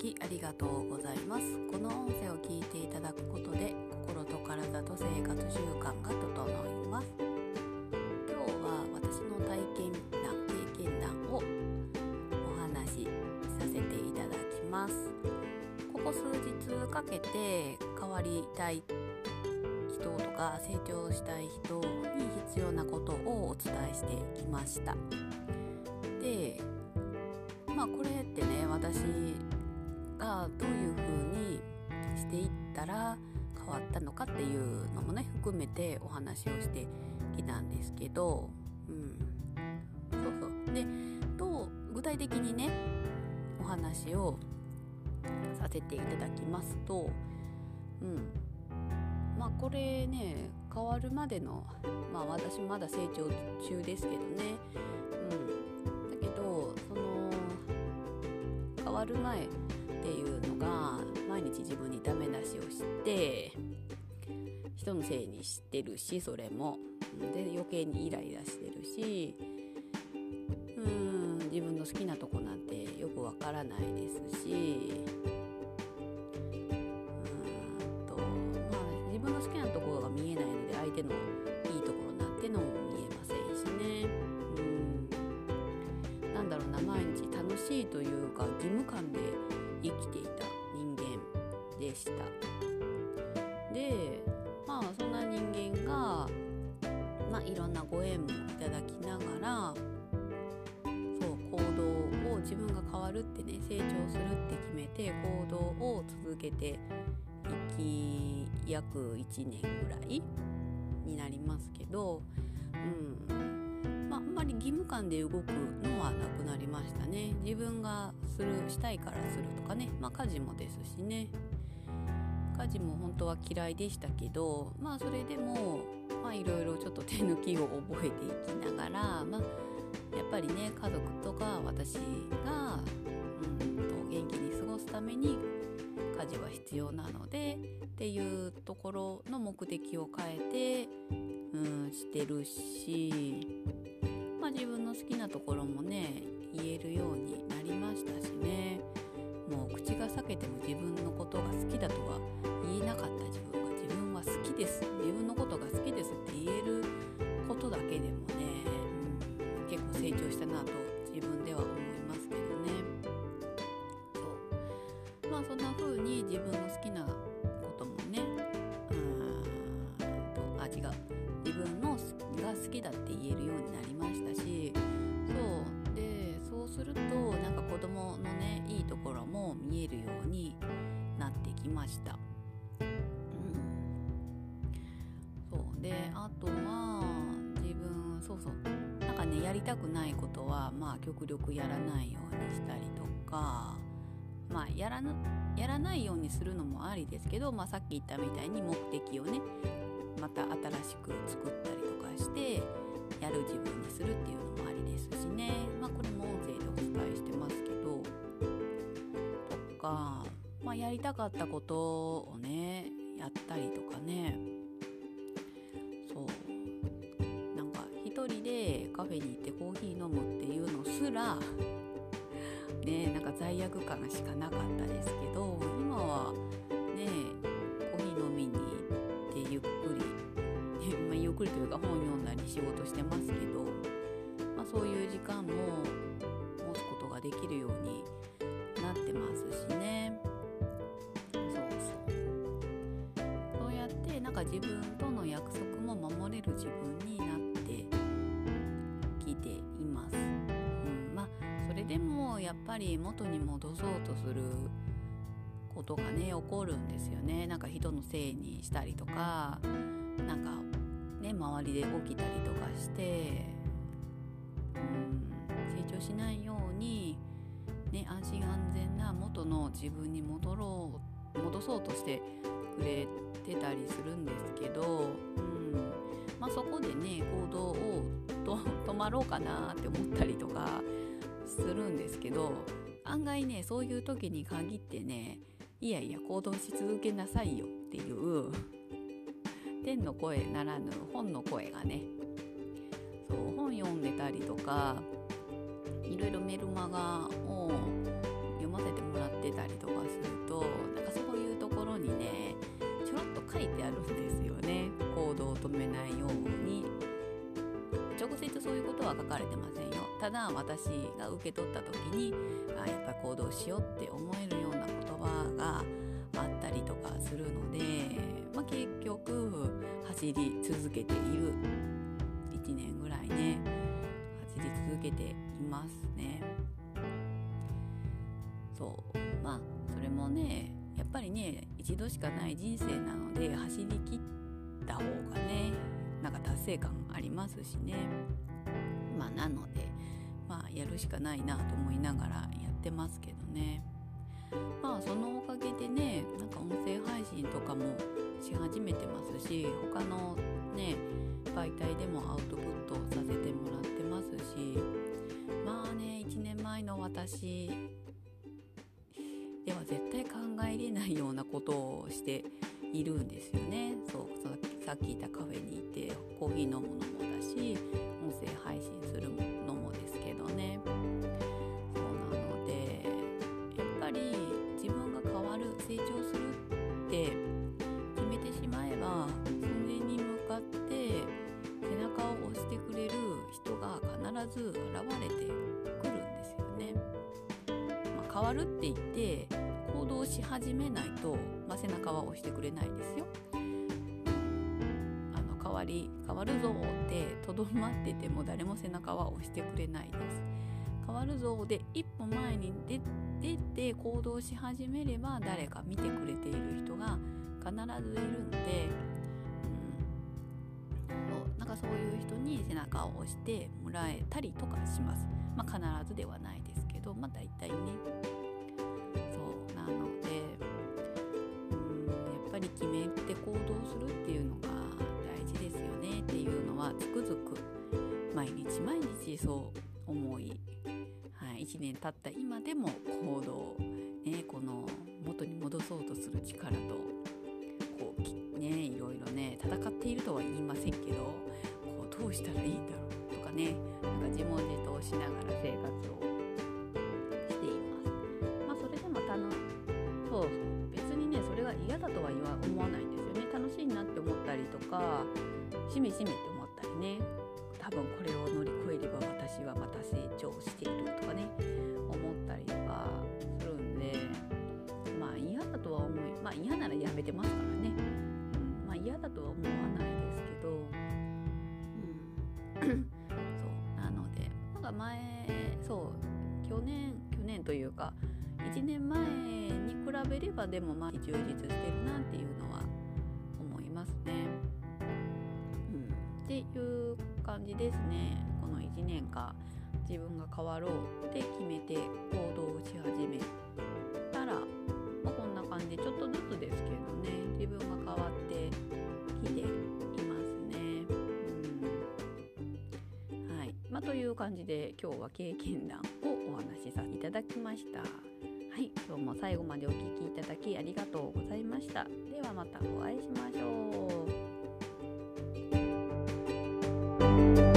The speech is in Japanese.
きありがとうございます。この音声を聞いていただくことで心と体と生活習慣が整います。今日は私の体験談、経験談をお話しさせていただきます。ここ数日かけて変わりたい人とか成長したい人に必要なことをお伝えしてきました。で、これってね、私がどういう風にしていったら変わったのかっていうのもね含めてお話をしてきたんですけど、で具体的にねお話をさせていただきますと、これね変わるまでの私まだ成長中ですけどね、だけどその変わる前っていうのが毎日自分にダメ出しをして人のせいにしてるし、それもで余計にイライラしてるし、自分の好きなとこなんてよくわからないですし、自分の好きなところが見えないので相手のいいところなんてのも見えませんしね、毎日楽しいというか義務感で生きていた人間でした。で、そんな人間が、いろんなご縁もいただきながら、行動を自分が変わるってね、成長するって決めて行動を続けていき約1年ぐらいになりますけど、あんまり義務感で動くのはなくなりましたね。自分がしたいからするとかね、家事もですしね、家事も本当は嫌いでしたけど、それでもいろいろちょっと手抜きを覚えていきながら、やっぱりね家族とか私が元気に過ごすために家事は必要なのでっていうところの目的を変えてしてるし、自分の好きなところもね言えるようになりましたしね、もう口が裂けても自分のことが好きだとは言えなかった自分が自分は好きです、自分のことが好きですって言えることだけでもね、結構成長したなと自分では思いますけどね。そんな風に自分の好きなこともね自分のが好きだって言えるようになりましたし、そうすると子供のねいいところも見えるようになってきました。であとは自分やりたくないことは極力やらないようにしたりとか、やらないようにするのもありですけど、さっき言ったみたいに目的をねまた新しく作ったりとかしてやる自分にするっていうのもありですしね、これも音声でお伝えしてますけど、とか、やりたかったことをねやったりとかね、一人でカフェに行ってコーヒー飲むっていうのすらね罪悪感しかなかったですけど、今はねコーヒー飲みに行ってゆっくりというか本読んだり仕事してますけど、そういう時間も持つことができるようになってますしね。そうやって自分との約束も守れる自分になってきています。それでもやっぱり元に戻そうとすることがね起こるんですよね。人のせいにしたりとか周りで起きたりとかして成長しないように安心安全な元の自分に戻そうとしてくれてたりするんですけど、そこでね行動を止まろうかなって思ったりとかするんですけど、案外ねそういう時に限ってねいや行動し続けなさいよっていう天の声ならぬ本の声がね、本読んでたりとかいろいろメルマガを読読ませてもらってたりとかすると、なんかそういうところにねちょろっと書いてあるんですよね。行動を止めないように。直接そういうことは書かれてませんよ。ただ私が受け取った時にやっぱり行動しようって思えるような言葉があったりとかするので、結局走り続けている。1年ぐらいね走り続けていますね。そうそれもねやっぱりね一度しかない人生なので、走り切った方がねなんか達成感ありますしね。なのでやるしかないなと思いながらやってますけどね。そのおかげでねなんか音声配信とかもし始めてますし、他のね媒体でもアウトプットさせてもらってますし、1年前の私では絶対考えれないようなことをしているんですよね。さっき言ったカフェに行ってコーヒー飲むのもだし、音声配信するのもですけどね。そうなのでやっぱり自分が変わる、成長するって決めてしまえば、それに向かって背中を押してくれる人が必ず現れてくるんですよね。変わるって言って行動し始めないと、背中は押してくれないですよ。変わるぞってとどまってても誰も背中は押してくれないです。変わるぞで一歩前に出て行動し始めれば、誰か見てくれている人が必ずいるので、なんかそういう人に背中を押してもらえたりとかします。必ずではないですけど、大体ね。そうなので、やっぱり決めて行動するっていうのが大事ですよねっていうのはつくづく毎日毎日そう思い、1年経った今でも行動、この元に戻そうとする力といろいろね戦っているとは言いませんけど、どうしたらいいんだろうとかね、なんか自問自答しながら生活をしています。それでも別にねそれが嫌だとは思わないんですよね。楽しいなって思ったりとか、しめしめって思ったりね、多分これを乗り越えれば私はまた成長しているとかね思ったりとかするんで、嫌だとは思い、嫌ならやめてますからね。嫌だとは思わないですけど、そうなので去年というか1年前に比べればでも充実してるなっていうのは思いますね。っていう感じですね。この1年間自分が変わろうって決めて行動し始めたら、こんな感じでちょっとずつですけどね自分が変わってきていますね。という感じで今日は経験談をお話しさせていただきました。今日も最後までお聞きいただきありがとうございました。ではまたお会いしましょう。